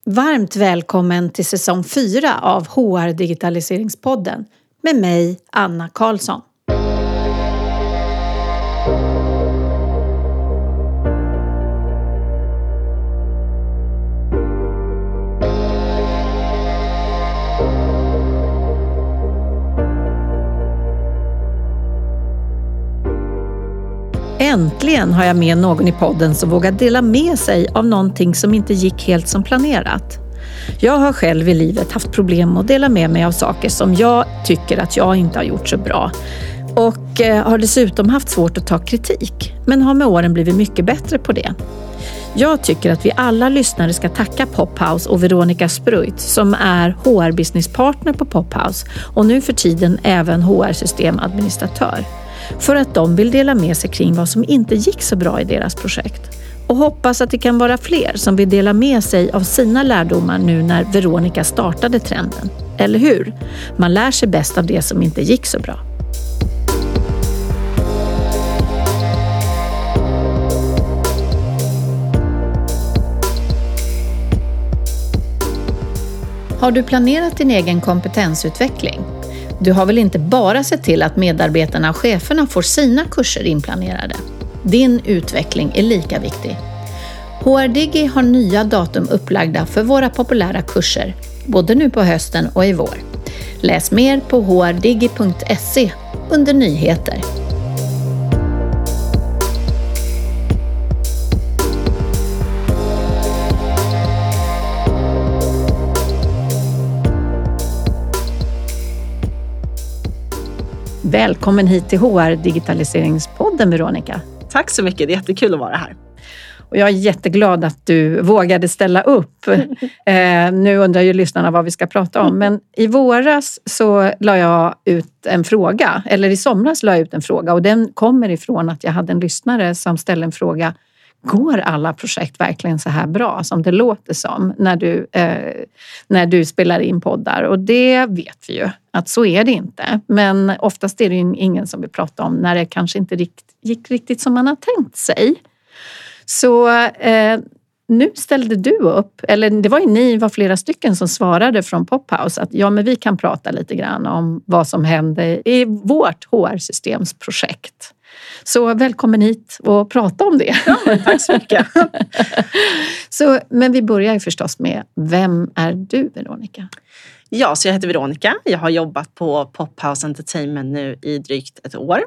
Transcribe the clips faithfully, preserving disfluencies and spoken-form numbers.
Varmt välkommen till säsong fyra av H R Digitaliseringspodden med mig, Anna Karlsson. Äntligen har jag med någon i podden som vågar dela med sig av någonting som inte gick helt som planerat. Jag har själv i livet haft problem att dela med mig av saker som jag tycker att jag inte har gjort så bra. Och har dessutom haft svårt att ta kritik, men har med åren blivit mycket bättre på det. Jag tycker att vi alla lyssnare ska tacka Pophouse och Veronica Spruit som är H R-businesspartner på Pophouse och nu för tiden även H R-systemadministratör. För att de vill dela med sig kring vad som inte gick så bra i deras projekt. Och hoppas att det kan vara fler som vill dela med sig av sina lärdomar nu när Veronica startade trenden. Eller hur? Man lär sig bäst av det som inte gick så bra. Har du planerat din egen kompetensutveckling? Du har väl inte bara sett till att medarbetarna och cheferna får sina kurser inplanerade. Din utveckling är lika viktig. H R Digi har nya datum upplagda för våra populära kurser, både nu på hösten och i vår. Läs mer på h r digi punkt se under nyheter. Välkommen hit till H R Digitaliseringspodden, Veronica. Tack så mycket, det är jättekul att vara här. Och jag är jätteglad att du vågade ställa upp. eh, nu undrar ju lyssnarna vad vi ska prata om. Men i våras så la jag ut en fråga, eller i somras la jag ut en fråga. Och den kommer ifrån att jag hade en lyssnare som ställde en fråga. Går alla projekt verkligen så här bra som det låter som när du, eh, när du spelar in poddar? Och det vet vi ju att så är det inte. Men oftast är det ju ingen som vill prata om när det kanske inte rikt, gick riktigt som man har tänkt sig. Så eh, nu ställde du upp, eller det var ju ni var flera stycken som svarade från Pophouse att ja, men vi kan prata lite grann om vad som hände i vårt H R-systemsprojekt. Så välkommen hit och prata om det. Ja, tack så mycket. så, men vi börjar ju förstås med, vem är du, Veronica? Ja, så jag heter Veronica. Jag har jobbat på Pophouse Entertainment nu i drygt ett år.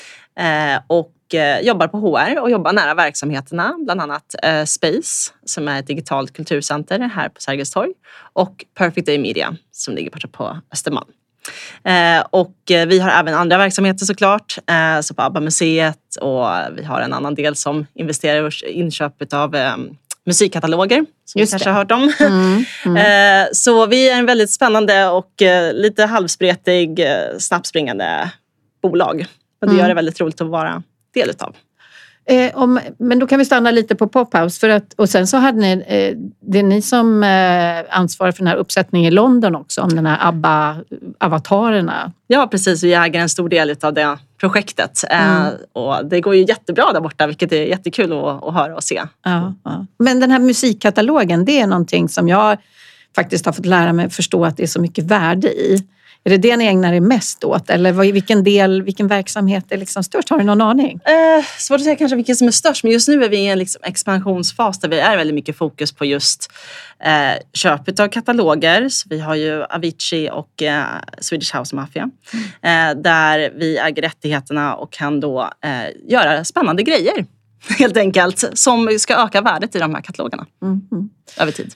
Eh, och eh, jobbar på H R och jobbar nära verksamheterna. Bland annat eh, Space, som är ett digitalt kulturcenter här på Sergels torg. Och Perfect Day Media, som ligger borta på Östermalm. Eh, och eh, vi har även andra verksamheter såklart, eh, så på ABBA-museet, och vi har en annan del som investerar i inköp av eh, musikkataloger som Just ni kanske det. har hört om. Mm, mm. eh, så vi är en väldigt spännande och eh, lite halvspretig, eh, snabbspringande bolag. Och det Mm. gör det väldigt roligt att vara del utav. Eh, om, men då kan vi stanna lite på Pophouse för att, och sen så hade ni, eh, det är ni som eh, ansvarar för den här uppsättningen i London också, om den här ABBA-avatarerna. Ja, precis. Vi äger en stor del av det projektet. Mm. Eh, och det går ju jättebra där borta, vilket är jättekul att, att höra och se. Ja, ja. Men den här musikkatalogen, det är någonting som jag faktiskt har fått lära mig förstå att det är så mycket värde i. Är det det ni ägnar er mest åt? Eller vilken del, vilken verksamhet är liksom störst? Har du någon aning? Eh, svårt att säga kanske vilken som är störst. Men just nu är vi i en liksom expansionsfas där vi är väldigt mycket fokus på just eh, köpet av kataloger. Så vi har ju Avicii och eh, Swedish House Mafia. Mm. Eh, där vi äger rättigheterna och kan då eh, göra spännande grejer. Helt enkelt. Som ska öka värdet i de här katalogerna. Mm. Över tid.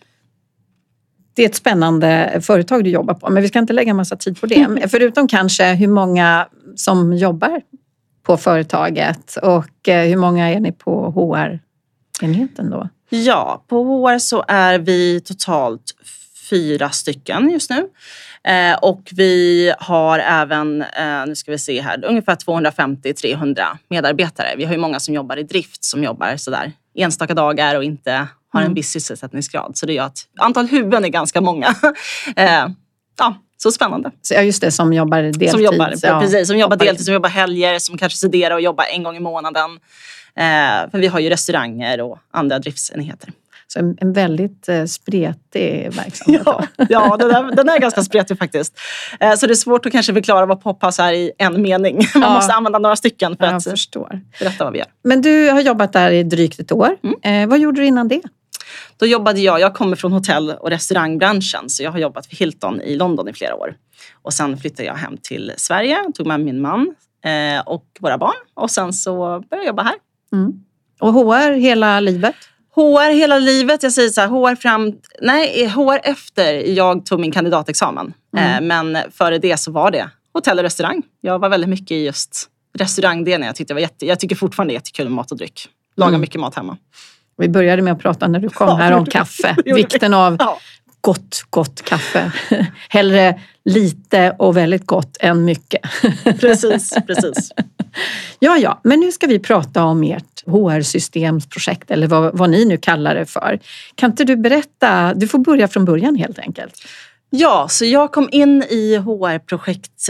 Det är ett spännande företag du jobbar på, men vi ska inte lägga en massa tid på det. Förutom kanske hur många som jobbar på företaget och hur många är ni på H R-enheten då? Ja, på H R så är vi totalt fyra stycken just nu. Eh, och vi har även, eh, nu ska vi se här, ungefär tvåhundrafemtio till trehundra medarbetare. Vi har ju många som jobbar i drift som jobbar sådär enstaka dagar och inte har en viss sysselsättningsgrad. Så det gör att antal huvuden är ganska många. eh, ja, så spännande. Ja, just det, som jobbar deltid. Som jobbar, ja. precis, som jobbar deltid, som jobbar helger, som kanske studerar och jobbar en gång i månaden. Eh, för vi har ju restauranger och andra driftsenheter. Så en, en väldigt eh, spretig verksamhet. Ja, ja den, är, den är ganska spretig faktiskt. Eh, så det är svårt att kanske förklara vad Pophouse är i en mening. Man ja. måste använda några stycken för jag att förstår. berätta vad vi gör. Men du har jobbat där i drygt ett år. Mm. Eh, vad gjorde du innan det? Då jobbade jag, jag kommer från hotell- och restaurangbranschen, så jag har jobbat för Hilton i London i flera år. Och sen flyttade jag hem till Sverige, tog med min man eh, och våra barn. Och sen så började jag jobba här. Mm. Och H R hela livet? H R hela livet, jag säger så här, H R fram, nej H R efter jag tog min kandidatexamen. Mm. Eh, men före det så var det hotell och restaurang. Jag var väldigt mycket i just restaurangdelen. Jag tyckte det var jätte, jag tycker fortfarande det är jättekul med mat och dryck. Laga mm. mycket mat hemma. Vi började med att prata när du kom här om kaffe. Vikten av ja. gott, gott kaffe. Hellre lite och väldigt gott än mycket. Precis, precis. Ja, ja, men nu ska vi prata om ert H R-systemsprojekt eller vad, vad ni nu kallar det för. Kan inte du berätta, du får börja från början helt enkelt. Ja, så jag kom in i H R-projekt,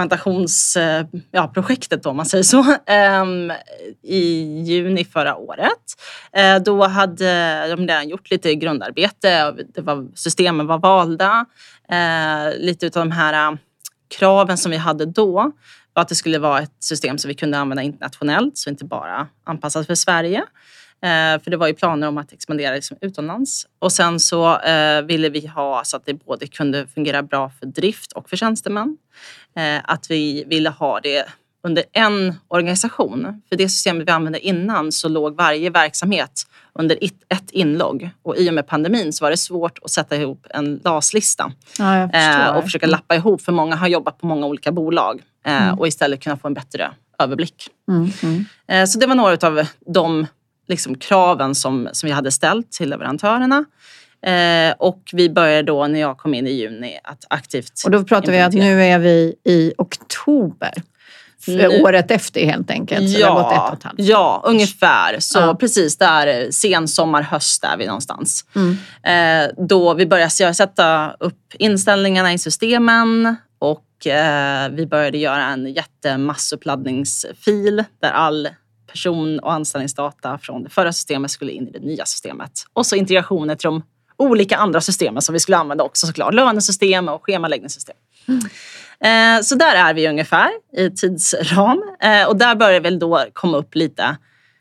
implementationsprojektet ja, om man säger så, um, i juni förra året. Uh, då hade de redan gjort lite grundarbete, det var, systemen var valda. Uh, lite utav de här uh, kraven som vi hade då var att det skulle vara ett system som vi kunde använda internationellt, så inte bara anpassat för Sverige. Eh, för det var ju planer om att expandera liksom utomlands. Och sen så eh, ville vi ha så att det både kunde fungera bra för drift och för tjänstemän. Eh, att vi ville ha det under en organisation. För det systemet vi använde innan så låg varje verksamhet under ett inlogg. Och i och med pandemin så var det svårt att sätta ihop en L A S-lista. Ja, jag förstår. Eh, och försöka lappa ihop, för många har jobbat på många olika bolag. Eh, mm. Och istället kunna få en bättre överblick. Mm, mm. Eh, så det var några av de liksom kraven som, som vi hade ställt till leverantörerna. Eh, och vi började då när jag kom in i juni att aktivt Och då pratar vi att nu är vi i oktober. Nu. Året efter helt enkelt. Så ja, det har gått ett och ett halvt. Ja, ungefär. Så ja. precis där, sen sommar, höst är vi någonstans. Mm. Eh, då vi började sätta upp inställningarna i systemen. Och eh, vi började göra en jättemassuppladdningsfil där all person- och anställningsdata från det förra systemet skulle in i det nya systemet. Och så integrationer till de olika andra systemen som vi skulle använda också såklart. Lönesystem och schemaläggningssystem. Mm. Eh, så där är vi ungefär i tidsram. Eh, och där börjar väl då komma upp lite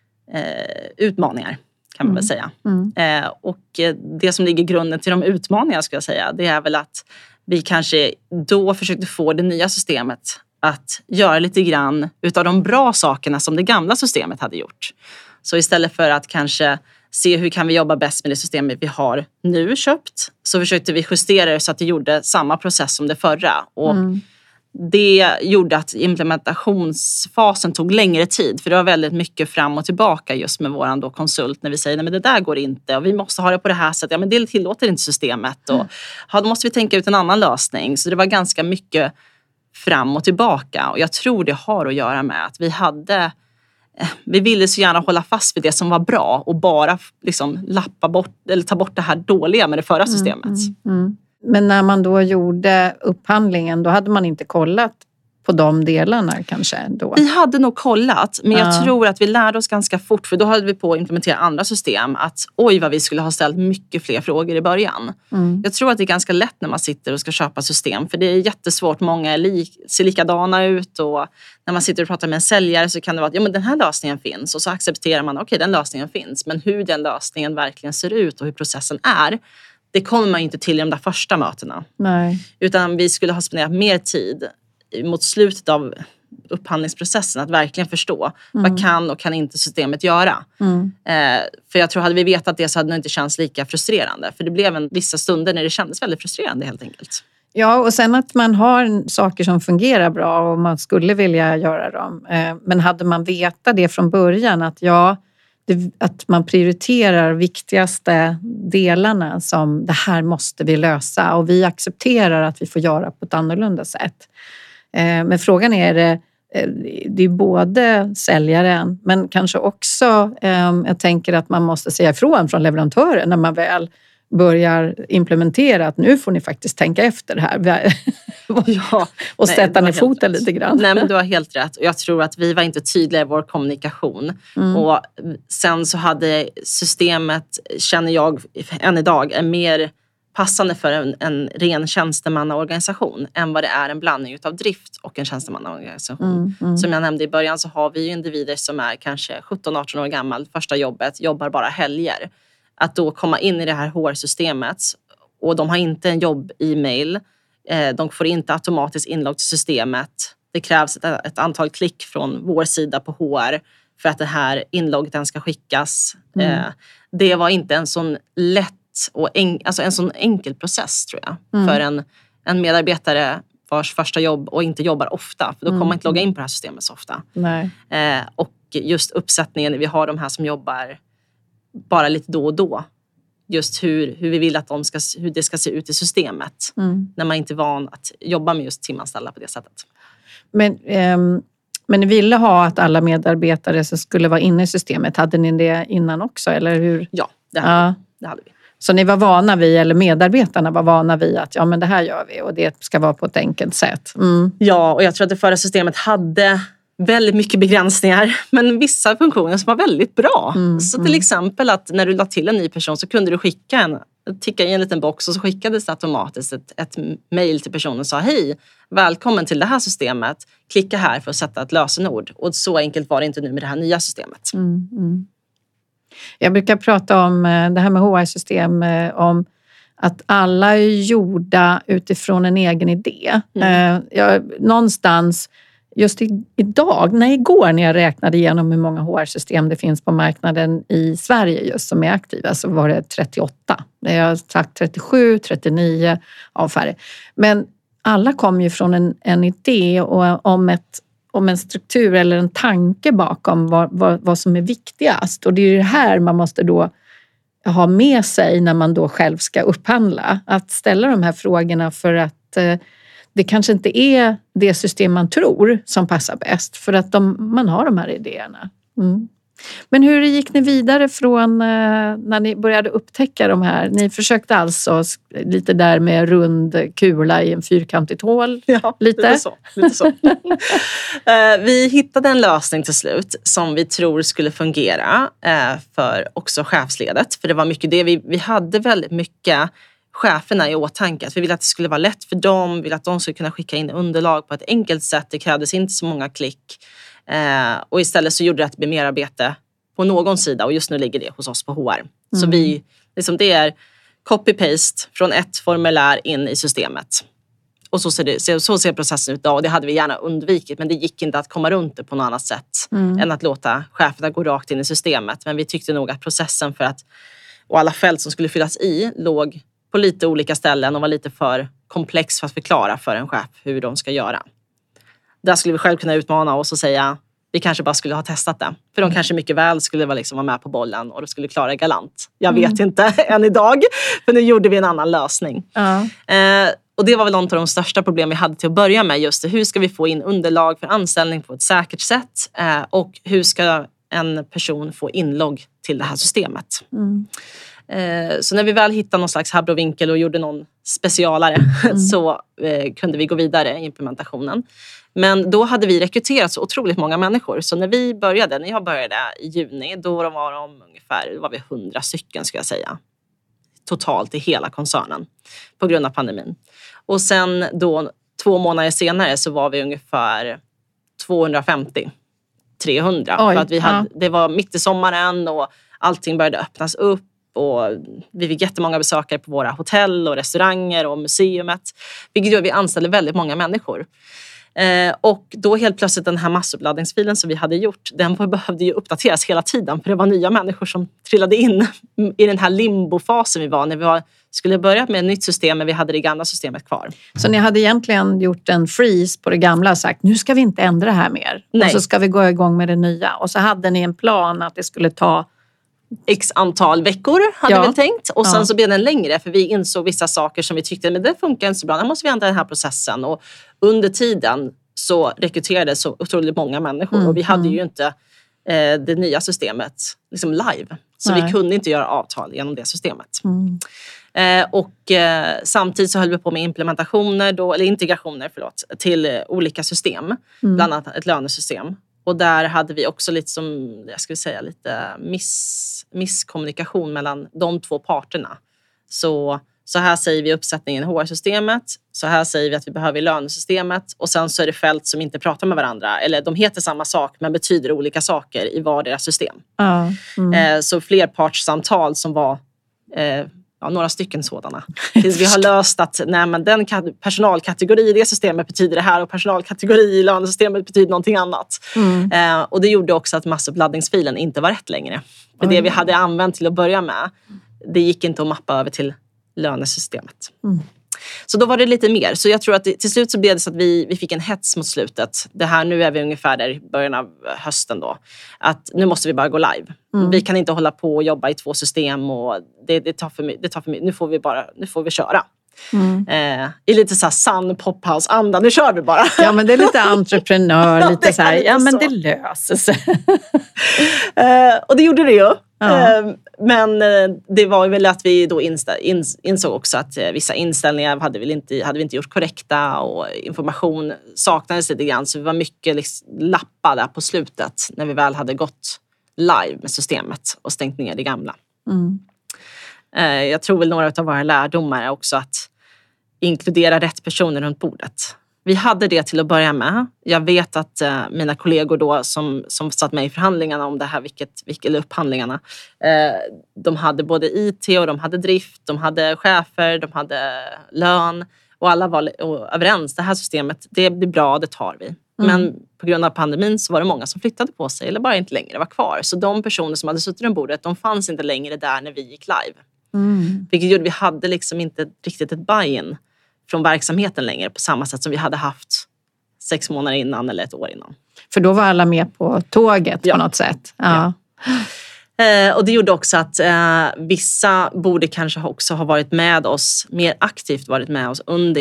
eh, utmaningar kan man mm. väl säga. Mm. Eh, och det som ligger grunden till de utmaningarna ska jag säga, det är väl att vi kanske då försökte få det nya systemet att göra lite grann utav de bra sakerna som det gamla systemet hade gjort. Så istället för att kanske se hur kan vi jobba bäst med det systemet vi har nu köpt, så försökte vi justera det så att det gjorde samma process som det förra. Och mm. det gjorde att implementationsfasen tog längre tid, för det var väldigt mycket fram och tillbaka just med våran då konsult när vi säger nej men det där går inte och vi måste ha det på det här sättet. Ja men det tillåter inte systemet och ja, då måste vi tänka ut en annan lösning. Så det var ganska mycket fram och tillbaka, och jag tror det har att göra med att vi hade vi ville så gärna hålla fast vid det som var bra och bara liksom lappa bort eller ta bort det här dåliga med det förra systemet. Mm, mm, mm. Men när man då gjorde upphandlingen, då hade man inte kollat på de delarna kanske då? Vi hade nog kollat, men jag ja. tror att vi lärde oss ganska fort, för då hade vi på att implementera andra system, att oj vad vi skulle ha ställt mycket fler frågor i början. Mm. Jag tror att det är ganska lätt när man sitter och ska köpa system, för det är jättesvårt, många är lik, ser likadana ut, och när man sitter och pratar med en säljare så kan det vara att ja, men den här lösningen finns, och så accepterar man okej okay, den lösningen finns, men hur den lösningen verkligen ser ut och hur processen är, det kommer man inte till i de där första mötena. Nej. Utan vi skulle ha spenderat mer tid mot slutet av upphandlingsprocessen att verkligen förstå mm. vad kan och kan inte systemet göra. Mm. Eh, för jag tror hade vi vetat det så hade det inte känts lika frustrerande. För det blev en, vissa stunder när det kändes väldigt frustrerande helt enkelt. Ja, och sen att man har saker som fungerar bra och man skulle vilja göra dem. Eh, men hade man vetat det från början att ja, det, att man prioriterar viktigaste delarna som det här måste vi lösa och vi accepterar att vi får göra på ett annorlunda sätt. Men frågan är, det, det är både säljaren men kanske också, jag tänker att man måste säga ifrån från leverantören när man väl börjar implementera att nu får ni faktiskt tänka efter det här. ja, och sätta ner foten lite grann. Nej, men du har helt rätt. Och jag tror att vi var inte tydliga i vår kommunikation. Mm. Och sen så hade systemet, känner jag än idag, är mer passande för en, en ren tjänstemannaorganisation än vad det är en blandning av drift och en tjänstemannaorganisation. Mm, mm. Som jag nämnde i början så har vi ju individer som är kanske sjutton arton år gammal, första jobbet, jobbar bara helger. Att då komma in i det här H R-systemet och de har inte en jobb-e-mail, eh, de får inte automatiskt inlogg till systemet. Det krävs ett, ett antal klick från vår sida på H R för att det här inlogget ska skickas. Mm. Eh, det var inte en sån lätt och en, alltså en sån enkel process tror jag. Mm. För en, en medarbetare vars första jobb och inte jobbar ofta. För då kommer mm. man inte logga in på det här systemet så ofta. Nej. Eh, och just uppsättningen, vi har de här som jobbar bara lite då och då. Just hur, hur vi vill att de ska, hur det ska se ut i systemet. Mm. När man inte är van att jobba med just timanställda på det sättet. Men, ehm, men ni ville ha att alla medarbetare som skulle vara inne i systemet. Hade ni det innan också? Eller hur? Ja, det hade, ja. det hade vi. Så ni var vana vid, eller medarbetarna var vana vid att ja, men det här gör vi och det ska vara på ett enkelt sätt. Mm. Ja, och jag tror att det förra systemet hade väldigt mycket begränsningar, men vissa funktioner som var väldigt bra. Mm, så till mm. exempel att när du la till en ny person så kunde du skicka en, ticka i en liten box och så skickades det automatiskt ett, ett mejl till personen och sa hej, välkommen till det här systemet. Klicka här för att sätta ett lösenord. Och så enkelt var det inte nu med det här nya systemet. Mm, mm. Jag brukar prata om det här med H R-system, om att alla är gjorda utifrån en egen idé. Mm. Jag, någonstans, just i, idag, nej igår när jag räknade igenom hur många H R-system det finns på marknaden i Sverige just som är aktiva, så var det trettioåtta. Jag har sagt trettiosju, trettionio, ja färre. Men alla kom ju från en, en idé och om ett om en struktur eller en tanke bakom vad, vad, vad som är viktigast. Och det är det här man måste då ha med sig när man då själv ska upphandla. Att ställa de här frågorna för att eh, det kanske inte är det system man tror som passar bäst. För att de, man har de här idéerna. Mm. Men hur gick ni vidare från eh, när ni började upptäcka de här? Ni försökte alltså lite där med rund kula i en fyrkantigt hål. Ja, lite, lite så. Lite så. uh, vi hittade en lösning till slut som vi tror skulle fungera uh, för också chefsledet. För det var mycket det. Vi, vi hade väldigt mycket cheferna i åtanke. Att vi ville att det skulle vara lätt för dem. Vi ville att de skulle kunna skicka in underlag på ett enkelt sätt. Det krävdes inte så många klick. Eh, och istället så gjorde det att det blev mer arbete på någon sida och just nu ligger det hos oss på H R. Mm. Så vi, liksom det är copy-paste från ett formulär in i systemet. Och så ser, det, så ser processen ut idag och det hade vi gärna undvikit, men det gick inte att komma runt det på något annat sätt mm. än att låta cheferna gå rakt in i systemet. Men vi tyckte nog att processen för att, och alla fält som skulle fyllas i låg på lite olika ställen och var lite för komplex för att förklara för en chef hur de ska göra. Där skulle vi själv kunna utmana oss och säga vi kanske bara skulle ha testat det. För de kanske mycket väl skulle vara, liksom, vara med på bollen och de skulle klara det galant. Jag vet mm. inte än idag, för nu gjorde vi en annan lösning. Ja. Eh, och det var väl något av de största problem vi hade till att börja med. Just det, hur ska vi få in underlag för anställning på ett säkert sätt? Eh, och hur ska en person få inlogg till det här systemet? Mm. Eh, så när vi väl hittade någon slags abrovinkel och gjorde någon specialare mm. så eh, kunde vi gå vidare i implementationen. Men då hade vi rekryterat så otroligt många människor. Så när vi började, när jag började i juni, då var de ungefär, då var vi hundra stycken ska jag säga. Totalt i hela koncernen på grund av pandemin. Och sen då två månader senare så var vi ungefär tvåhundrafemtio, trehundra. Oj, för att vi hade, ja. Det var mitt i sommaren och allting började öppnas upp. Och vi fick jättemånga besökare på våra hotell och restauranger och museumet. Vilket gör att vi anställde väldigt många människor. Eh, och då helt plötsligt den här massuppladdningsfilen som vi hade gjort, den behövde ju uppdateras hela tiden. För det var nya människor som trillade in i den här limbofasen vi var. När vi var, skulle börja med ett nytt system men vi hade det gamla systemet kvar. Så ni hade egentligen gjort en freeze på det gamla och sagt nu ska vi inte ändra det här mer. Nej. Och så ska vi gå igång med det nya. Och så hade ni en plan att det skulle ta x antal veckor hade ja. vi tänkt. Och sen ja. så blev den längre för vi insåg vissa saker som vi tyckte men det funkar inte så bra. Nu måste vi ändra den här processen. Och under tiden så rekryterades så otroligt många människor. Mm. Och vi hade mm. ju inte eh, det nya systemet liksom live. Så Nej. vi kunde inte göra avtal genom det systemet. Mm. Eh, och eh, samtidigt så höll vi på med implementationer, då, eller integrationer förlåt, till eh, olika system. Mm. Bland annat ett lönesystem. Och där hade vi också lite som, jag skulle säga, lite miss, misskommunikation mellan de två parterna. Så, så här säger vi uppsättningen i H R-systemet. Så här säger vi att vi behöver i lönesystemet. Och sen så är det fält som inte pratar med varandra. Eller de heter samma sak men betyder olika saker i vardera system. Ja, mm. eh, så flerpartssamtal som var... Eh, Ja, några stycken sådana. Tills vi har löst att nej, men den personalkategori i det systemet betyder det här och personalkategori i lönesystemet betyder någonting annat. Mm. Eh, och det gjorde också att massuppladdningsfilen inte var rätt längre. För mm. det vi hade använt till att börja med, det gick inte att mappa över till lönesystemet. Mm. Så då var det lite mer. Så jag tror att det, till slut så blev det så att vi, vi fick en hets mot slutet. Det här, nu är vi ungefär där i början av hösten då. Att nu måste vi bara gå live. Mm. Vi kan inte hålla på och jobba i två system och det, det tar för mycket. Det tar för mycket. Nu får vi bara, nu får vi köra. Mm. Eh, I lite så här sann pophouse-anda. Nu kör vi bara. Ja, men det är lite entreprenör. ja, lite så här, lite ja men så. Det löser sig. eh, och det gjorde det ju. Ja. Eh, men det var väl att vi då insta, ins, insåg också att eh, vissa inställningar hade vi, inte, hade vi inte gjort korrekta och information saknades lite grann. Så vi var mycket liksom lappade på slutet när vi väl hade gått live med systemet och stängt ner det gamla. Mm. Eh, jag tror väl några av våra lärdomar är också att inkludera rätt personer runt bordet. Vi hade det till att börja med. Jag vet att eh, mina kollegor då som, som satt med i förhandlingarna om det här, vilket, vilket, eller upphandlingarna. Eh, de hade både I T och de hade drift, de hade chefer, de hade lön. Och alla var och överens, det här systemet, det blir bra, det tar vi. Mm. Men på grund av pandemin så var det många som flyttade på sig eller bara inte längre var kvar. Så de personer som hade suttit runt bordet, de fanns inte längre där när vi gick live. Mm. Vilket gjorde att vi hade liksom inte riktigt ett buy-in från verksamheten längre på samma sätt som vi hade haft sex månader innan eller ett år innan. För då var alla med på tåget ja. på något sätt. Ja. Ja. Eh, och det gjorde också att eh, vissa borde kanske också ha varit med oss, mer aktivt varit med oss under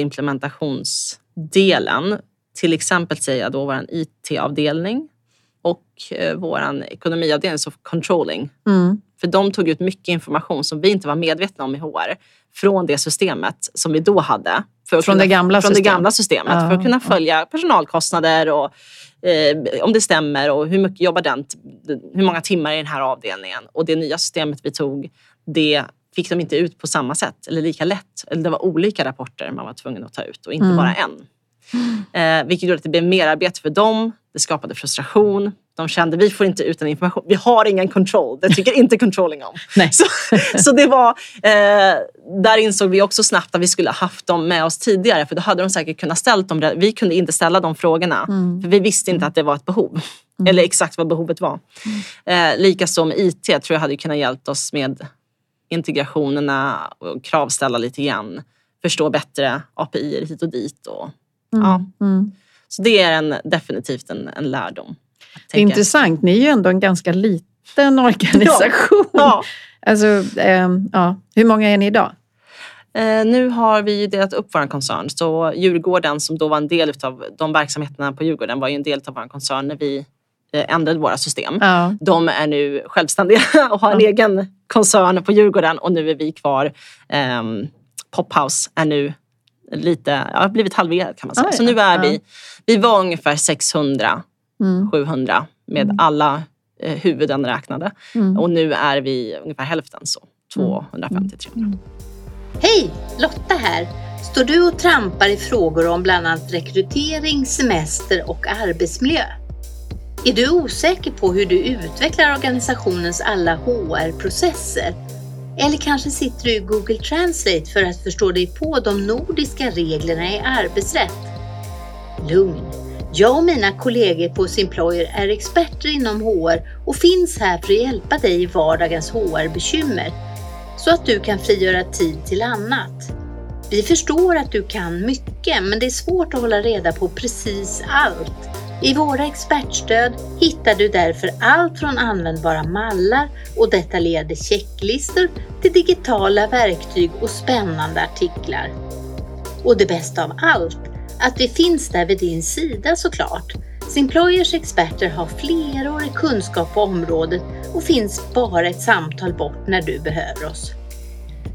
implementationsdelen. Till exempel säger jag då vår I T-avdelning och eh, vår ekonomiavdelning, så controlling. Mm. För de tog ut mycket information som vi inte var medvetna om i H R från det systemet som vi då hade. För att från kunna, det gamla från systemet? Det gamla systemet ja. För att kunna följa personalkostnader och eh, om det stämmer och hur mycket jobbar den, hur många timmar i den här avdelningen. Och det nya systemet vi tog, det fick de inte ut på samma sätt eller lika lätt. Eller det var olika rapporter man var tvungen att ta ut och inte mm. bara en. Eh, vilket gjorde att det blev mer arbete för dem. Det skapade frustration. De kände, vi får inte ut den information. Vi har ingen control. Det tycker inte controlling om. Nej. Så, så det var... Eh, där insåg vi också snabbt att vi skulle ha haft dem med oss tidigare. För då hade de säkert kunnat ställa dem. Vi kunde inte ställa de frågorna. Mm. För vi visste inte att det var ett behov. Mm. Eller exakt vad behovet var. Mm. Eh, Likaså med I T tror jag hade kunnat hjälpa oss med integrationerna. Och kravställa lite grann. Förstå bättre A P I hit och dit. Och, mm. ja. Mm. Så det är en, definitivt en, en lärdom. Intressant, ni är ju ändå en ganska liten organisation. Ja. Ja. Alltså, eh, ja. Hur många är ni idag? Eh, nu har vi ju delat upp vår koncern. Så Djurgården som då var en del av de verksamheterna på Djurgården var ju en del av vår koncern när vi eh, ändrade våra system. Ja. De är nu självständiga och har en ja. egen koncern på Djurgården och nu är vi kvar. Eh, Pophouse är nu lite, ja, blivit halverad kan man säga. Ah, ja. Så nu är ja. vi, vi var ungefär sexhundra, mm. sjuhundra med mm. alla eh, huvuden räknade. Mm. Och nu är vi ungefär hälften så, tvåhundrafemtio till trehundra. Hej, Lotta här. Står du och trampar i frågor om bland annat rekrytering, semester och arbetsmiljö? Är du osäker på hur du utvecklar organisationens alla H R-processer? Eller kanske sitter du i Google Translate för att förstå dig på de nordiska reglerna i arbetsrätt? Lugn! Jag och mina kollegor på Simployer är experter inom H R och finns här för att hjälpa dig i vardagens H R-bekymmer så att du kan frigöra tid till annat. Vi förstår att du kan mycket, men det är svårt att hålla reda på precis allt. I våra expertstöd hittar du därför allt från användbara mallar och detaljerade checklistor till digitala verktyg och spännande artiklar. Och det bästa av allt, att vi finns där vid din sida såklart. Simployers experter har flerårig kunskap på området och finns bara ett samtal bort när du behöver oss.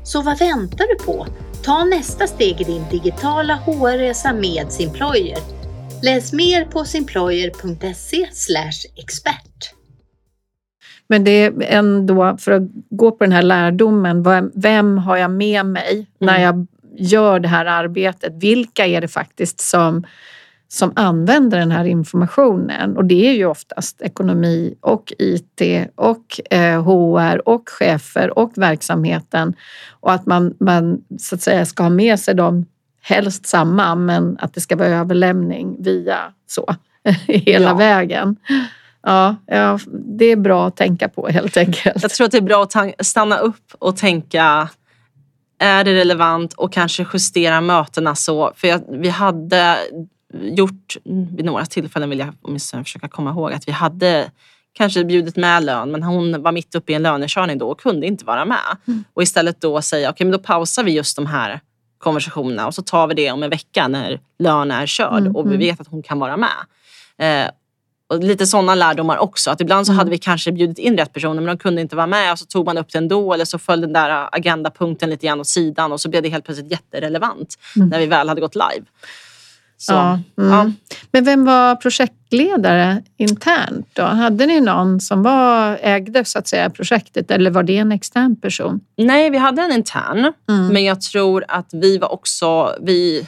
Så vad väntar du på? Ta nästa steg i din digitala H R-resa med Simployer. Läs mer på simployer punkt se slash expert. Men det är ändå, för att gå på den här lärdomen, vem har jag med mig mm. när jag gör det här arbetet? Vilka är det faktiskt som, som använder den här informationen? Och det är ju oftast ekonomi och I T och eh, H R och chefer och verksamheten. Och att man, man så att säga ska ha med sig dem helst samma, men att det ska vara överlämning via så hela ja. vägen. Ja, ja, det är bra att tänka på helt enkelt. Jag tror att det är bra att stanna upp och tänka, är det relevant, och kanske justera mötena så. För jag, vi hade gjort vid några tillfällen, vill jag åtminstone försöka komma ihåg, att vi hade kanske bjudit med lön, men hon var mitt uppe i en lönekörning då och kunde inte vara med. Mm. Och istället då säga, okej, okay, men då pausar vi just de här konversationerna och så tar vi det om en vecka när lön är körd mm. och vi vet att hon kan vara med. Eh, Och lite sådana lärdomar också. Att ibland så hade vi kanske bjudit in rätt personer, men de kunde inte vara med. Och så tog man upp det ändå. Eller så föll den där agendapunkten lite grann åt sidan. Och så blev det helt plötsligt jätterelevant mm. när vi väl hade gått live. Så, ja, mm. ja. Men vem var projektledare internt då? Hade ni någon som var, ägde så att säga projektet? Eller var det en extern person? Nej, vi hade en intern. Mm. Men jag tror att vi var också... Vi,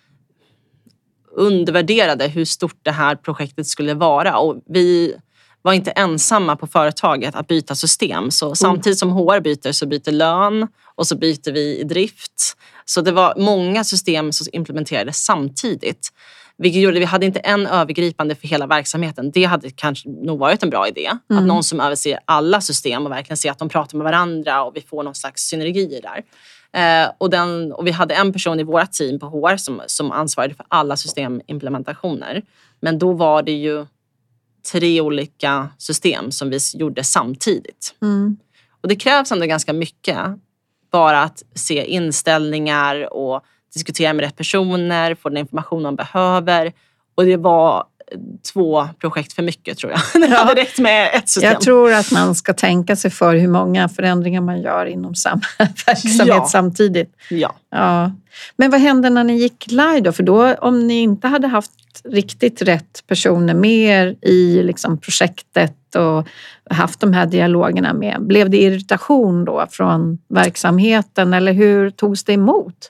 undervärderade hur stort det här projektet skulle vara, och vi var inte ensamma på företaget att byta system. Så mm. samtidigt som H R byter så byter lön och så byter vi i drift. Så det var många system som implementerades samtidigt. Vilket gjorde att vi hade inte en övergripande för hela verksamheten. Det hade kanske nog varit en bra idé. Mm. Att någon som överser alla system och verkligen ser att de pratar med varandra och vi får någon slags synergier där. Eh, och, den, och vi hade en person i våra team på H R som, som ansvarade för alla systemimplementationer. Men då var det ju tre olika system som vi gjorde samtidigt. Mm. Och det krävs ändå ganska mycket. Bara att se inställningar och diskutera med rätt personer, få den information man behöver. Och det var två projekt för mycket, tror jag. Det hade ja. räckt med ett system. Jag tror att man ska tänka sig för hur många förändringar man gör inom samma verksamhet ja. samtidigt. Ja. ja. Men vad hände när ni gick live då? För då, om ni inte hade haft riktigt rätt personer med i liksom projektet och haft de här dialogerna med, blev det irritation då från verksamheten, eller hur togs det emot?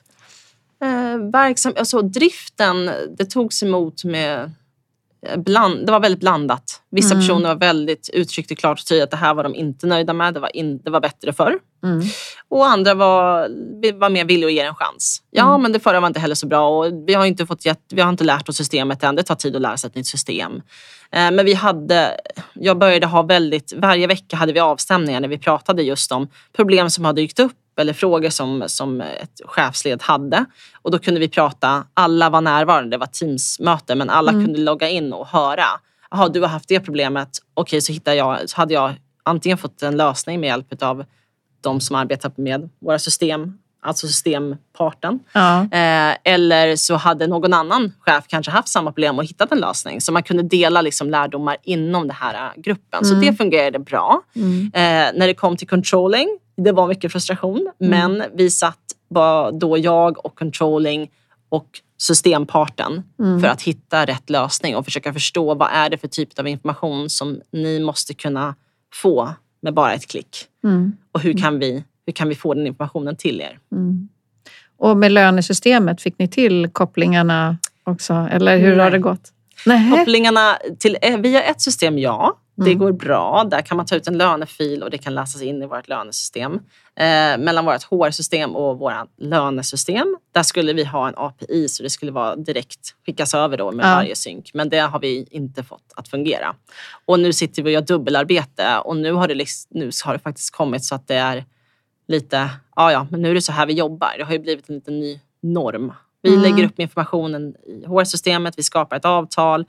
Eh, verksam, alltså driften, det togs emot med bland, det var väldigt blandat. Vissa mm. personer var väldigt uttryckte klart och tydligt att det här var de inte nöjda med, det var, in, det var bättre förr. Mm. Och andra var, var mer villiga att ge en chans. Ja, mm. men det förra var inte heller så bra, och vi har inte fått gett, vi har inte lärt oss systemet än. Det tar tid att lära sig ett nytt system. Eh, men vi hade, jag började ha väldigt, varje vecka hade vi avstämningar när vi pratade just om problem som hade dykt upp eller frågor som, som ett chefsled hade. Och då kunde vi prata, alla var närvarande, det var teamsmöte, men alla mm. kunde logga in och höra. Jaha, du har haft det problemet. Okej, så hittade jag, så hade jag antingen fått en lösning med hjälp av de som arbetar med våra system, alltså systemparten. Ja. Eh, eller så hade någon annan chef kanske haft samma problem och hittat en lösning. Så man kunde dela liksom lärdomar inom den här gruppen. Mm. Så det fungerade bra. Mm. Eh, när det kom till controlling, det var mycket frustration. Mm. Men vi satt bara då jag och controlling och systemparten mm. för att hitta rätt lösning och försöka förstå vad är det för typ av information som ni måste kunna få med bara ett klick. Mm. Och hur kan vi hur kan vi få den informationen till er? Mm. Och med lönesystemet, fick ni till kopplingarna också? Eller hur Nej. har det gått? Nej. Kopplingarna till, via ett system, ja. Det mm. går bra. Där kan man ta ut en lönefil och det kan läsas in i vårt lönesystem. Eh, mellan vårt H R-system och vårt lönesystem. Där skulle vi ha en A P I så det skulle vara direkt skickas över då med ja. varje synk. Men det har vi inte fått att fungera. Och nu sitter vi och gör dubbelarbete. Och nu har det, nu har det faktiskt kommit så att det är lite, ja ja, men nu är det så här vi jobbar. Det har ju blivit en liten ny norm. Vi mm. lägger upp informationen i H R-systemet, vi skapar ett avtal.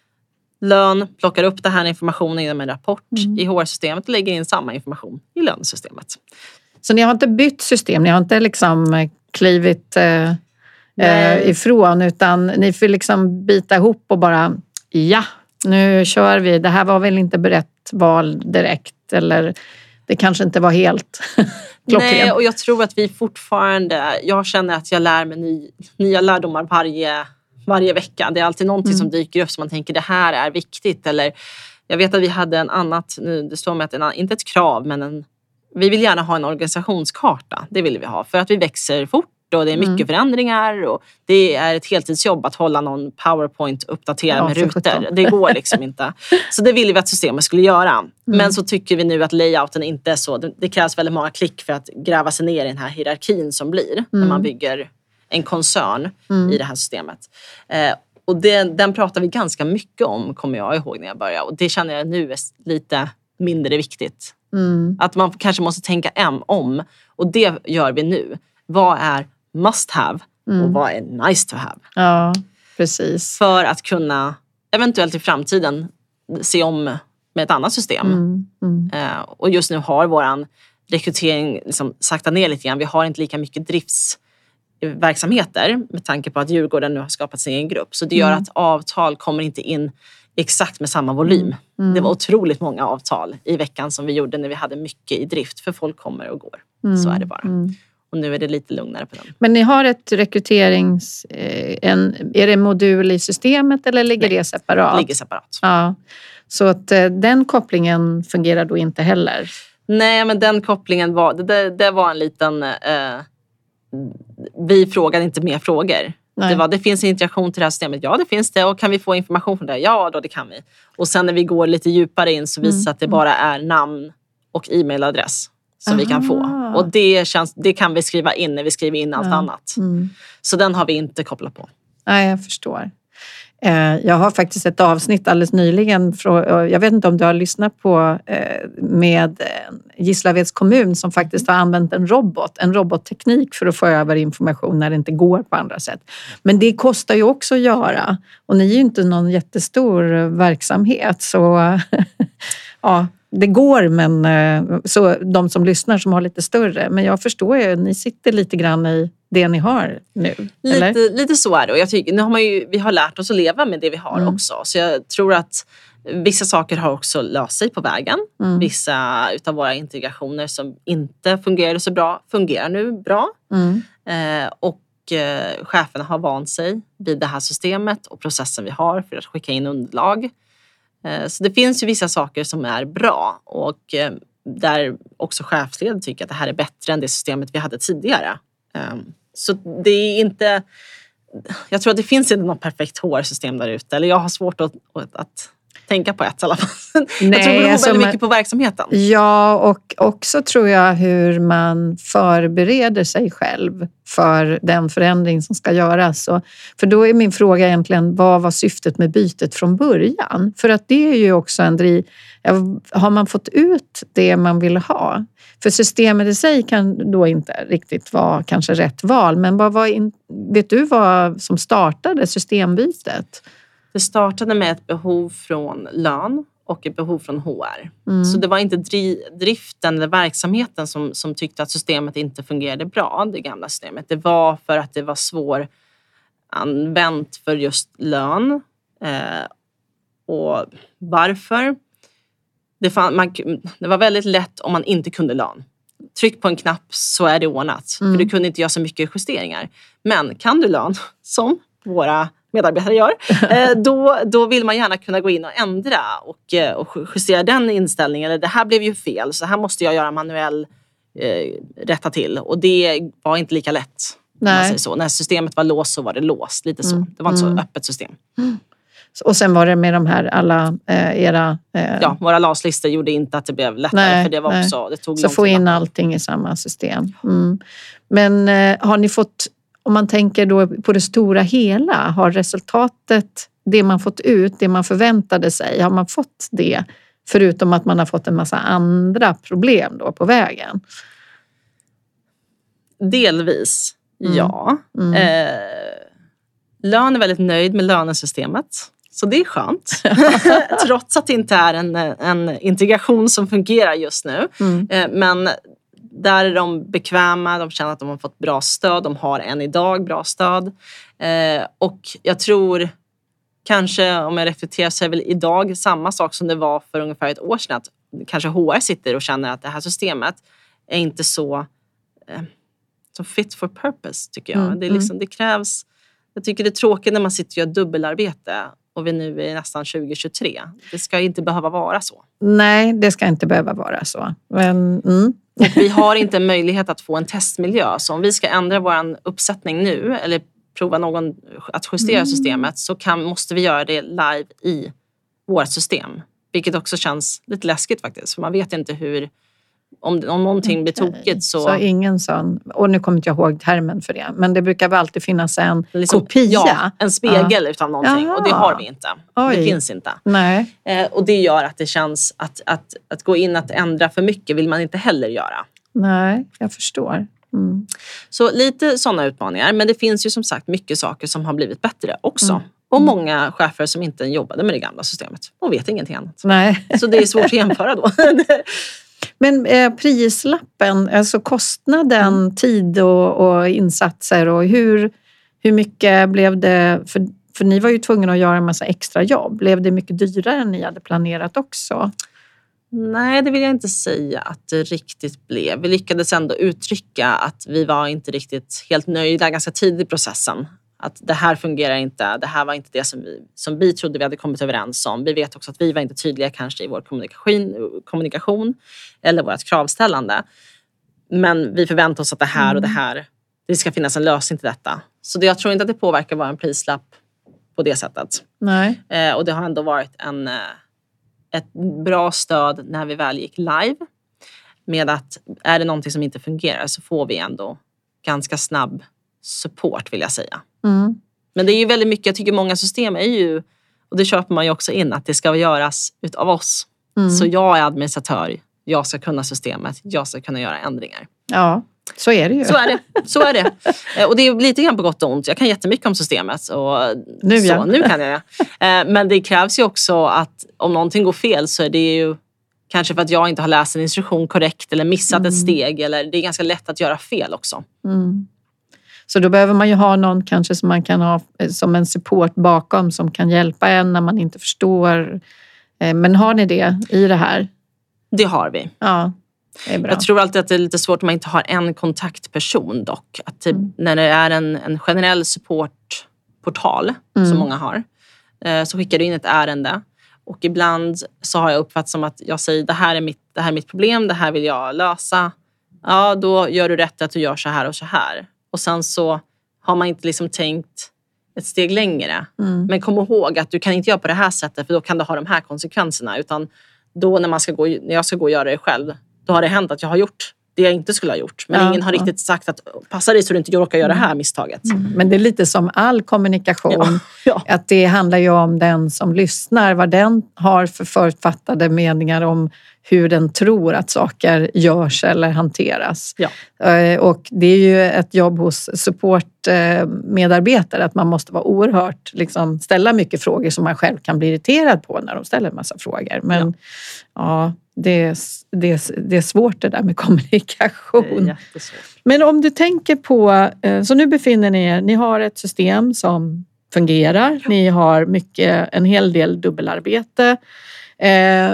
Lön plockar upp den här informationen genom en rapport mm. i H R-systemet och lägger in samma information i lönesystemet. Så ni har inte bytt system, ni har inte liksom klivit eh, eh, ifrån, utan ni får liksom bita ihop och bara, ja, nu kör vi. Det här var väl inte rätt val direkt, eller det kanske inte var helt. klockren. Nej, och jag tror att vi fortfarande, jag känner att jag lär mig ny, nya lärdomar varje, varje vecka. Det är alltid någonting mm. som dyker upp som man tänker det här är viktigt. Eller jag vet att vi hade en annat, nu det står med att en, inte ett krav men en, vi vill gärna ha en organisationskarta. Det vill vi ha för att vi växer fort. Och det är mycket mm. förändringar och det är ett heltidsjobb att hålla någon PowerPoint uppdaterad ja, med rutor. Det går liksom inte. Så det ville vi att systemet skulle göra. Mm. Men så tycker vi nu att layouten inte är så. Det krävs väldigt många klick för att gräva sig ner i den här hierarkin som blir mm. när man bygger en koncern mm. i det här systemet. Eh, och det, den pratar vi ganska mycket om, kommer jag ihåg när jag började. Och det känner jag nu är lite mindre viktigt. Mm. Att man kanske måste tänka em om. Och det gör vi nu. Vad är must have mm. och vad är nice to have. Ja, precis. För att kunna eventuellt i framtiden se om med ett annat system. Mm. Mm. Uh, och just nu har våran rekrytering liksom sakta ner lite grann. Vi har inte lika mycket driftsverksamheter med tanke på att Djurgården nu har skapat sin egen grupp. Så det gör mm. att avtal kommer inte in exakt med samma volym. Mm. Det var otroligt många avtal i veckan som vi gjorde när vi hade mycket i drift. För folk kommer och går. Mm. Så är det bara. Mm. Och nu är det lite lugnare på den. Men ni har ett rekryterings... En, är det modul i systemet eller ligger Nej, det separat? Det ligger separat. Ja. Så att den kopplingen fungerar då inte heller? Nej, men den kopplingen var... Det, det var en liten... Eh, vi frågade inte mer frågor. Det, var, det finns en integration till det här systemet. Ja, det finns det. Och kan vi få information från det? Ja, då det kan vi. Och sen när vi går lite djupare in så visar mm. att det bara är namn och e-mailadress. Som Aha. vi kan få. Och det, känns, det kan vi skriva in när vi skriver in allt ja. annat. Mm. Så den har vi inte kopplat på. Ja, jag förstår. Jag har faktiskt ett avsnitt alldeles nyligen. Jag vet inte om du har lyssnat på med Gislaveds kommun som faktiskt har använt en robot. En robotteknik för att få över information när det inte går på andra sätt. Men det kostar ju också att göra. Och ni är ju inte någon jättestor verksamhet. Så ja... Det går, men så de som lyssnar som har lite större. Men jag förstår ju, ni sitter lite grann i det ni har nu. Lite, lite så är det. Och jag tycker, nu har man ju, vi har lärt oss att leva med det vi har mm. också. Så jag tror att vissa saker har också löst sig på vägen. Mm. Vissa utav våra integrationer som inte fungerade så bra fungerar nu bra. Mm. Eh, och eh, cheferna har vant sig vid det här systemet och processen vi har för att skicka in underlag. Så det finns ju vissa saker som är bra och där också chefsledare tycker att det här är bättre än det systemet vi hade tidigare. Så det är inte... Jag tror att det finns inte något perfekt H R-system där ute. Eller jag har svårt att, att tänka på ett i alla fall. Nej, jag tror det beror alltså, väldigt mycket på verksamheten. Ja, och också tror jag hur man förbereder sig själv för den förändring som ska göras. Och, för då är min fråga egentligen, vad var syftet med bytet från början? För att det är ju också en driv... Har man fått ut det man vill ha? För systemet i sig kan då inte riktigt vara kanske rätt val. Men vad var in, vet du vad som startade systembytet? Det startade med ett behov från lön och ett behov från H R. Mm. Så det var inte driften eller verksamheten som, som tyckte att systemet inte fungerade bra, det gamla systemet. Det var för att det var svåranvänt för just lön. Eh, och varför? Det, fann, man, det var väldigt lätt om man inte kunde lön. Tryck på en knapp så är det ordnat. Mm. För du kunde inte göra så mycket justeringar. Men kan du lön, som våra medarbetare gör, då, då vill man gärna kunna gå in och ändra och, och justera den inställningen. Eller det här blev ju fel, så här måste jag göra manuell eh, rätta till. Och det var inte lika lätt. Nej. Man säger så. När systemet var låst så var det låst. Lite så. Mm. Det var inte mm. så öppet system. Mm. Och sen var det med de här alla eh, era... Eh... Ja, våra L A S-listor gjorde inte att det blev lättare. Nej, för det var också, det tog så få in allting i samma system. Mm. Men eh, har ni fått... Om man tänker då på det stora hela, har resultatet, det man fått ut, det man förväntade sig, har man fått det? Förutom att man har fått en massa andra problem då på vägen. Delvis, mm. ja. Mm. Eh, lön är väldigt nöjd med lönesystemet. Så det är skönt. Trots att det inte är en, en integration som fungerar just nu. Mm. Eh, men... Där är de bekväma, de känner att de har fått bra stöd. De har än idag bra stöd. Eh, och jag tror, kanske om jag reflekterar så är väl idag samma sak som det var för ungefär ett år sedan. Att kanske H R sitter och känner att det här systemet är inte så eh, som fit for purpose tycker jag. Mm, det, är liksom, det krävs, jag tycker det är tråkigt när man sitter och gör dubbelarbete och vi nu är nästan tjugo tjugotre. Det ska inte behöva vara så. Nej, det ska inte behöva vara så. Men, mm. Och vi har inte en möjlighet att få en testmiljö. Så om vi ska ändra vår uppsättning nu eller prova någon att justera mm. systemet så kan, måste vi göra det live i vårt system. Vilket också känns lite läskigt faktiskt. För man vet inte hur, om, om någonting okay. blir tokigt så... Så ingen sån, och nu kommer inte jag ihåg termen för det, men det brukar väl alltid finnas en liksom, kopia? Ja, en spegel ja. utav någonting. Jaha. Och det har vi inte. Oj. Det finns inte. Nej. Eh, och det gör att det känns att, att, att gå in att ändra för mycket vill man inte heller göra. Nej, jag förstår. Mm. Så lite sådana utmaningar. Men det finns ju som sagt mycket saker som har blivit bättre också. Mm. Och många chefer som inte jobbade med det gamla systemet. Och vet ingenting annat. Nej. Så det är svårt att jämföra då. Men eh, prislappen, alltså kostnaden, mm. tid och, och insatser och hur, hur mycket blev det, för, för ni var ju tvungna att göra en massa extra jobb. Blev det mycket dyrare än ni hade planerat också? Nej, det vill jag inte säga att det riktigt blev. Vi lyckades ändå uttrycka att vi var inte riktigt helt nöjda ganska tidigt i processen. Att det här fungerar inte, det här var inte det som vi, som vi trodde vi hade kommit överens om. Vi vet också att vi var inte tydliga kanske i vår kommunikation, kommunikation eller vårt kravställande. Men vi förväntar oss att det här och det här, det ska finnas en lösning till detta. Så det, jag tror inte att det påverkar vår prislapp på det sättet. Nej. Eh, och det har ändå varit en, ett bra stöd när vi väl gick live. Med att är det någonting som inte fungerar så får vi ändå ganska snabb support vill jag säga. Mm. Men det är ju väldigt mycket, jag tycker många system är ju, och det köper man ju också in, att det ska göras utav oss. Mm. Så jag är administratör, jag ska kunna systemet, jag ska kunna göra ändringar. Ja, så är det ju. Så är det, så är det. Och det är lite grann på gott och ont. Jag kan jättemycket om systemet. Och nu, så, ja. nu kan jag. Men det krävs ju också att om någonting går fel så är det ju kanske för att jag inte har läst en instruktion korrekt eller missat mm. ett steg. Eller det är ganska lätt att göra fel också. Mm. Så då behöver man ju ha någon kanske som man kan ha som en support bakom som kan hjälpa en när man inte förstår. Men har ni det i det här? Det har vi. Ja, det är bra. Jag tror alltid att det är lite svårt om man inte har en kontaktperson dock. Att typ, mm. när det är en, en generell supportportal mm. som många har så skickar du in ett ärende. Och ibland så har jag uppfattat som att jag säger det här är mitt, det här är mitt problem, det här vill jag lösa. Ja, då gör du rätt att du gör så här och så här. Och sen så har man inte liksom tänkt ett steg längre. Mm. Men kom ihåg att du kan inte göra på det här sättet för då kan det ha de här konsekvenserna. Utan då när, man ska gå, när jag ska gå och göra det själv, då har det hänt att jag har gjort det jag inte skulle ha gjort. Men ja, ingen har riktigt sagt att passa dig så du inte råkar göra det här misstaget. Mm. Men det är lite som all kommunikation. Ja, ja. Att det handlar ju om den som lyssnar. Vad den har för författade meningar om hur den tror att saker görs eller hanteras. Ja. Och det är ju ett jobb hos supportmedarbetare att man måste vara oerhört, liksom, ställa mycket frågor som man själv kan bli irriterad på när de ställer en massa frågor. Men ja, ja det, är, det, är, det är svårt det där med kommunikation. Det är jättesvårt. Men om du tänker på, så nu befinner ni er, ni har ett system som fungerar. Ja. Ni har mycket, en hel del dubbelarbete. Eh,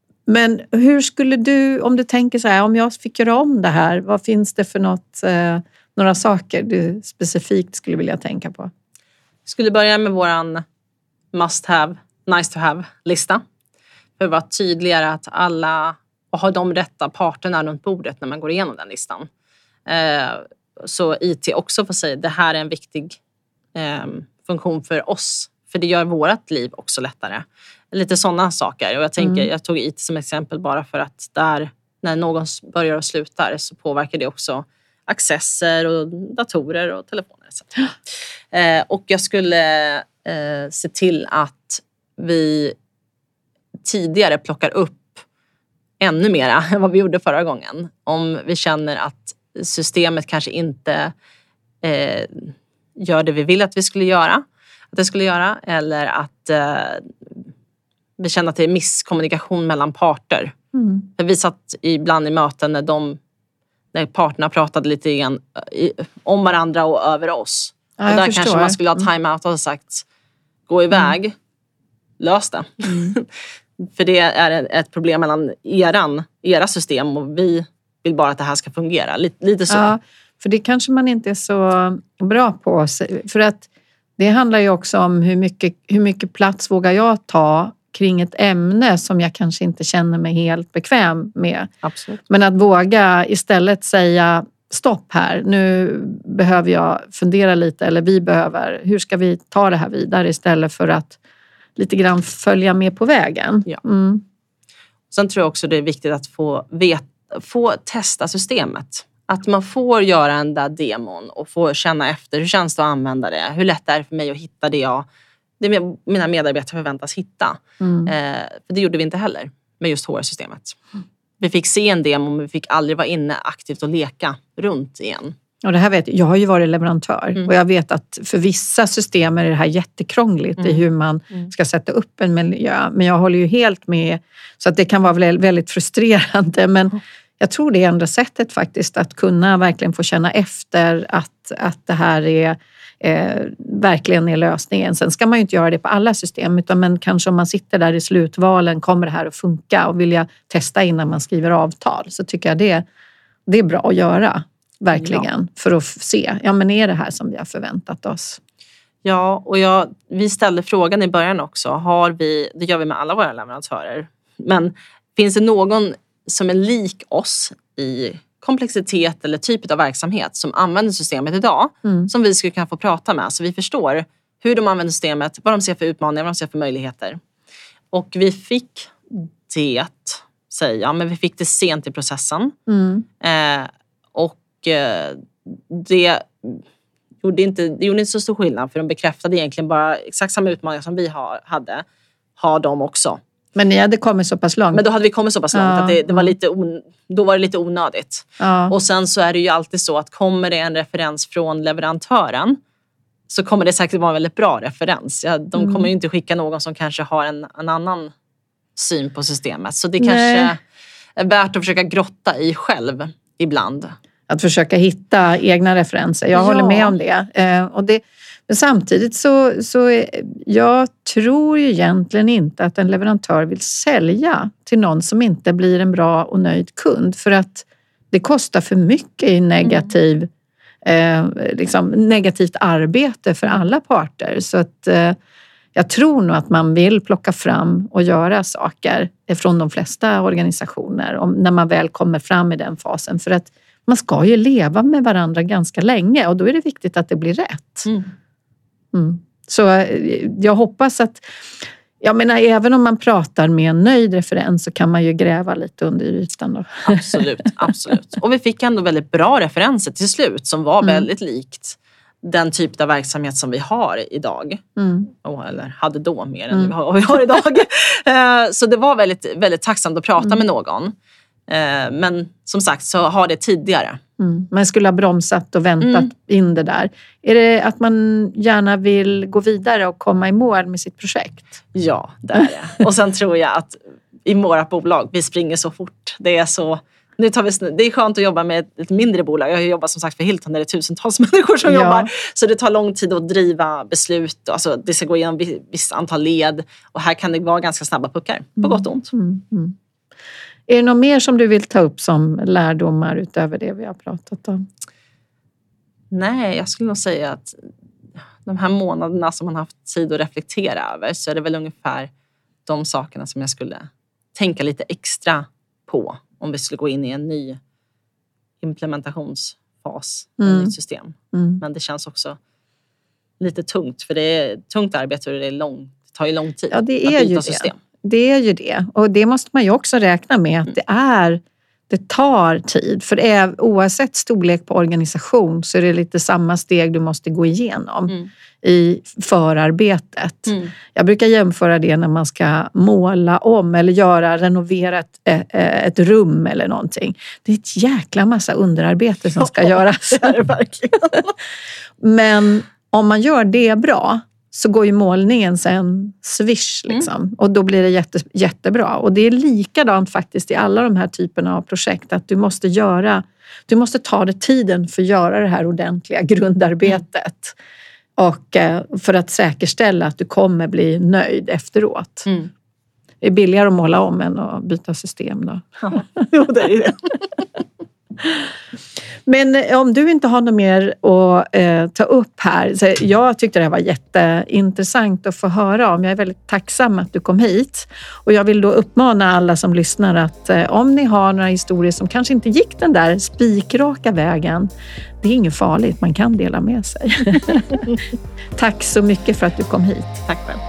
Men hur skulle du, om du tänker så här, om jag fick göra om det här, vad finns det för något, eh, några saker du specifikt skulle vilja tänka på? Jag skulle börja med våran must have, nice to have-lista. För att vara tydligare att alla och ha de rätta parterna runt bordet när man går igenom den listan. Eh, så I T också får säga, det här är en viktig eh, funktion för oss. För det gör vårt liv också lättare. Lite sådana saker. Och jag tänker, mm. jag tog I T som exempel bara för att där, när någon börjar och slutar så påverkar det också accesser och datorer och telefoner et cetera. Eh, och jag skulle eh, se till att vi tidigare plockar upp ännu mera än vad vi gjorde förra gången. Om vi känner att systemet kanske inte eh, gör det vi vill att vi skulle göra. Att det skulle göra. Eller att eh, vi känner att det är misskommunikation mellan parter. Mm. För vi satt ibland i möten när, de, när parterna pratade lite grann i, om varandra och över oss. Ja, och där förstår. kanske man skulle ha time-out och sagt gå iväg, mm. lös det. Mm. För det är ett problem mellan eran, era system och vi vill bara att det här ska fungera. Lite, lite så. Ja, för det kanske man inte är så bra på. För att det handlar ju också om hur mycket, hur mycket plats vågar jag ta kring ett ämne som jag kanske inte känner mig helt bekväm med. Absolut. Men att våga istället säga stopp här, nu behöver jag fundera lite, eller vi behöver, hur ska vi ta det här vidare istället för att lite grann följa med på vägen. Ja. Mm. Sen tror jag också det är viktigt att få, vet, få testa systemet. Att man får göra en där demon och få känna efter, hur känns det att använda det? Hur lätt är det för mig att hitta det jag, det mina medarbetare förväntas hitta? Mm. Eh, för det gjorde vi inte heller med just H R-systemet. Mm. Vi fick se en demo, men vi fick aldrig vara inne aktivt och leka runt igen. Och det här vet jag, jag har ju varit leverantör Mm. och jag vet att för vissa system är det här jättekrångligt Mm. i hur man Mm. ska sätta upp en miljö. Men jag håller ju helt med, så att det kan vara väldigt frustrerande. Men Mm. jag tror det är enda sättet faktiskt att kunna verkligen få känna efter att, att det här är eh, verkligen är lösningen. Sen ska man ju inte göra det på alla system, utan men kanske om man sitter där i slutvalen, kommer det här att funka och vill jag testa innan man skriver avtal, så tycker jag det, det är bra att göra. Verkligen, ja. För att se, ja men är det här som vi har förväntat oss? Ja, och jag, vi ställde frågan i början också, har vi, det gör vi med alla våra leverantörer, men finns det någon som är lik oss i komplexitet eller typ av verksamhet som använder systemet idag, mm. som vi skulle kunna få prata med, så vi förstår hur de använder systemet, vad de ser för utmaningar, vad de ser för möjligheter. Och vi fick det, säger jag, men vi fick det sent i processen. Mm. Eh, och det gjorde, inte, det gjorde inte så stor skillnad, för de bekräftade egentligen bara exakt samma utmaningar som vi har, hade, har de också. Men ni hade kommit så pass långt? Men då hade vi kommit så pass långt ja, att det, det var lite on, då var det lite onödigt. Ja. Och sen så är det ju alltid så att kommer det en referens från leverantören, så kommer det säkert vara en väldigt bra referens. Ja, de mm. kommer ju inte skicka någon som kanske har en, en annan syn på systemet. Så det kanske Nej. är värt att försöka grotta i själv ibland. Att försöka hitta egna referenser. Jag ja. håller med om det. Eh, och det men samtidigt så, så är, jag tror ju egentligen inte att en leverantör vill sälja till någon som inte blir en bra och nöjd kund. För att det kostar för mycket i negativ, mm. eh, liksom negativt arbete för alla parter. Så att eh, jag tror nog att man vill plocka fram och göra saker från de flesta organisationer om, när man väl kommer fram i den fasen. För att man ska ju leva med varandra ganska länge och då är det viktigt att det blir rätt. Mm. Mm. Så jag hoppas att, jag menar även om man pratar med en nöjd referens så kan man ju gräva lite under ytan då. Absolut, absolut. Och vi fick ändå väldigt bra referenser till slut som var mm. väldigt likt den typ av verksamhet som vi har idag. Mm. Eller hade då mer än mm. vad vi har idag. Så det var väldigt, väldigt tacksamt att prata mm. med någon. Men som sagt så har det tidigare. Mm. Man skulle ha bromsat och väntat mm. in det där. Är det att man gärna vill gå vidare och komma i mål med sitt projekt? Ja, det är det. Och sen tror jag att i våra bolag, vi springer så fort. Det är så... Nu tar vi, det är skönt att jobba med ett, ett mindre bolag. Jag har jobbat som sagt för Hilton där det är tusentals människor som ja. jobbar. Så det tar lång tid att driva beslut. Alltså det ska gå igenom ett visst antal led. Och här kan det vara ganska snabba puckar. På mm. gott och ont. Mm. Mm. Är det något mer som du vill ta upp som lärdomar utöver det vi har pratat om? Nej, jag skulle nog säga att de här månaderna som man har haft tid att reflektera över, så är det väl ungefär de sakerna som jag skulle tänka lite extra på om vi skulle gå in i en ny implementationsfas, mm. ett nytt system. Mm. Men det känns också lite tungt, för det är tungt arbete och det, är lång, det tar ju lång tid ja, det är att byta ju system. Det. Det är ju det. Och det måste man ju också räkna med att det är, det tar tid. För det är, oavsett storlek på organisation så är det lite samma steg du måste gå igenom mm. i förarbetet. Mm. Jag brukar jämföra det när man ska måla om eller göra, renovera ett, ett rum eller någonting. Det är ett jäkla massa underarbete som ska ja, göras. Det är det verkligen. Men om man gör det bra så går ju målningen sen swish liksom. Mm. Och då blir det jätte, jättebra. Och det är likadant faktiskt i alla de här typerna av projekt. Att du måste göra, du måste ta dig tiden för att göra det här ordentliga grundarbetet. Mm. Och för att säkerställa att du kommer bli nöjd efteråt. Mm. Det är billigare att måla om än att byta system då. Ja, jo, det är det. Men om du inte har något mer att eh, ta upp här. Så jag tyckte det här var jätteintressant att få höra om. Jag är väldigt tacksam att du kom hit. Och jag vill då uppmana alla som lyssnar att eh, om ni har några historier som kanske inte gick den där spikraka vägen. Det är inget farligt, man kan dela med sig. Tack så mycket för att du kom hit. Tack själv.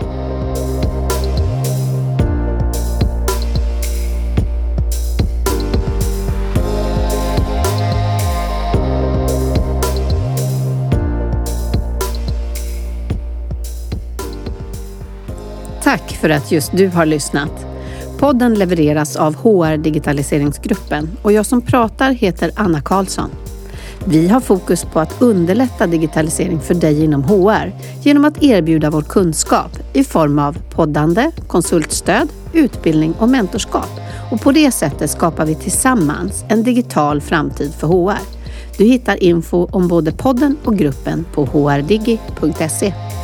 Tack för att just du har lyssnat. Podden levereras av H R-digitaliseringsgruppen och jag som pratar heter Anna Karlsson. Vi har fokus på att underlätta digitalisering för dig inom H R genom att erbjuda vår kunskap i form av poddande, konsultstöd, utbildning och mentorskap. Och på det sättet skapar vi tillsammans en digital framtid för H R. Du hittar info om både podden och gruppen på h r digi punkt se.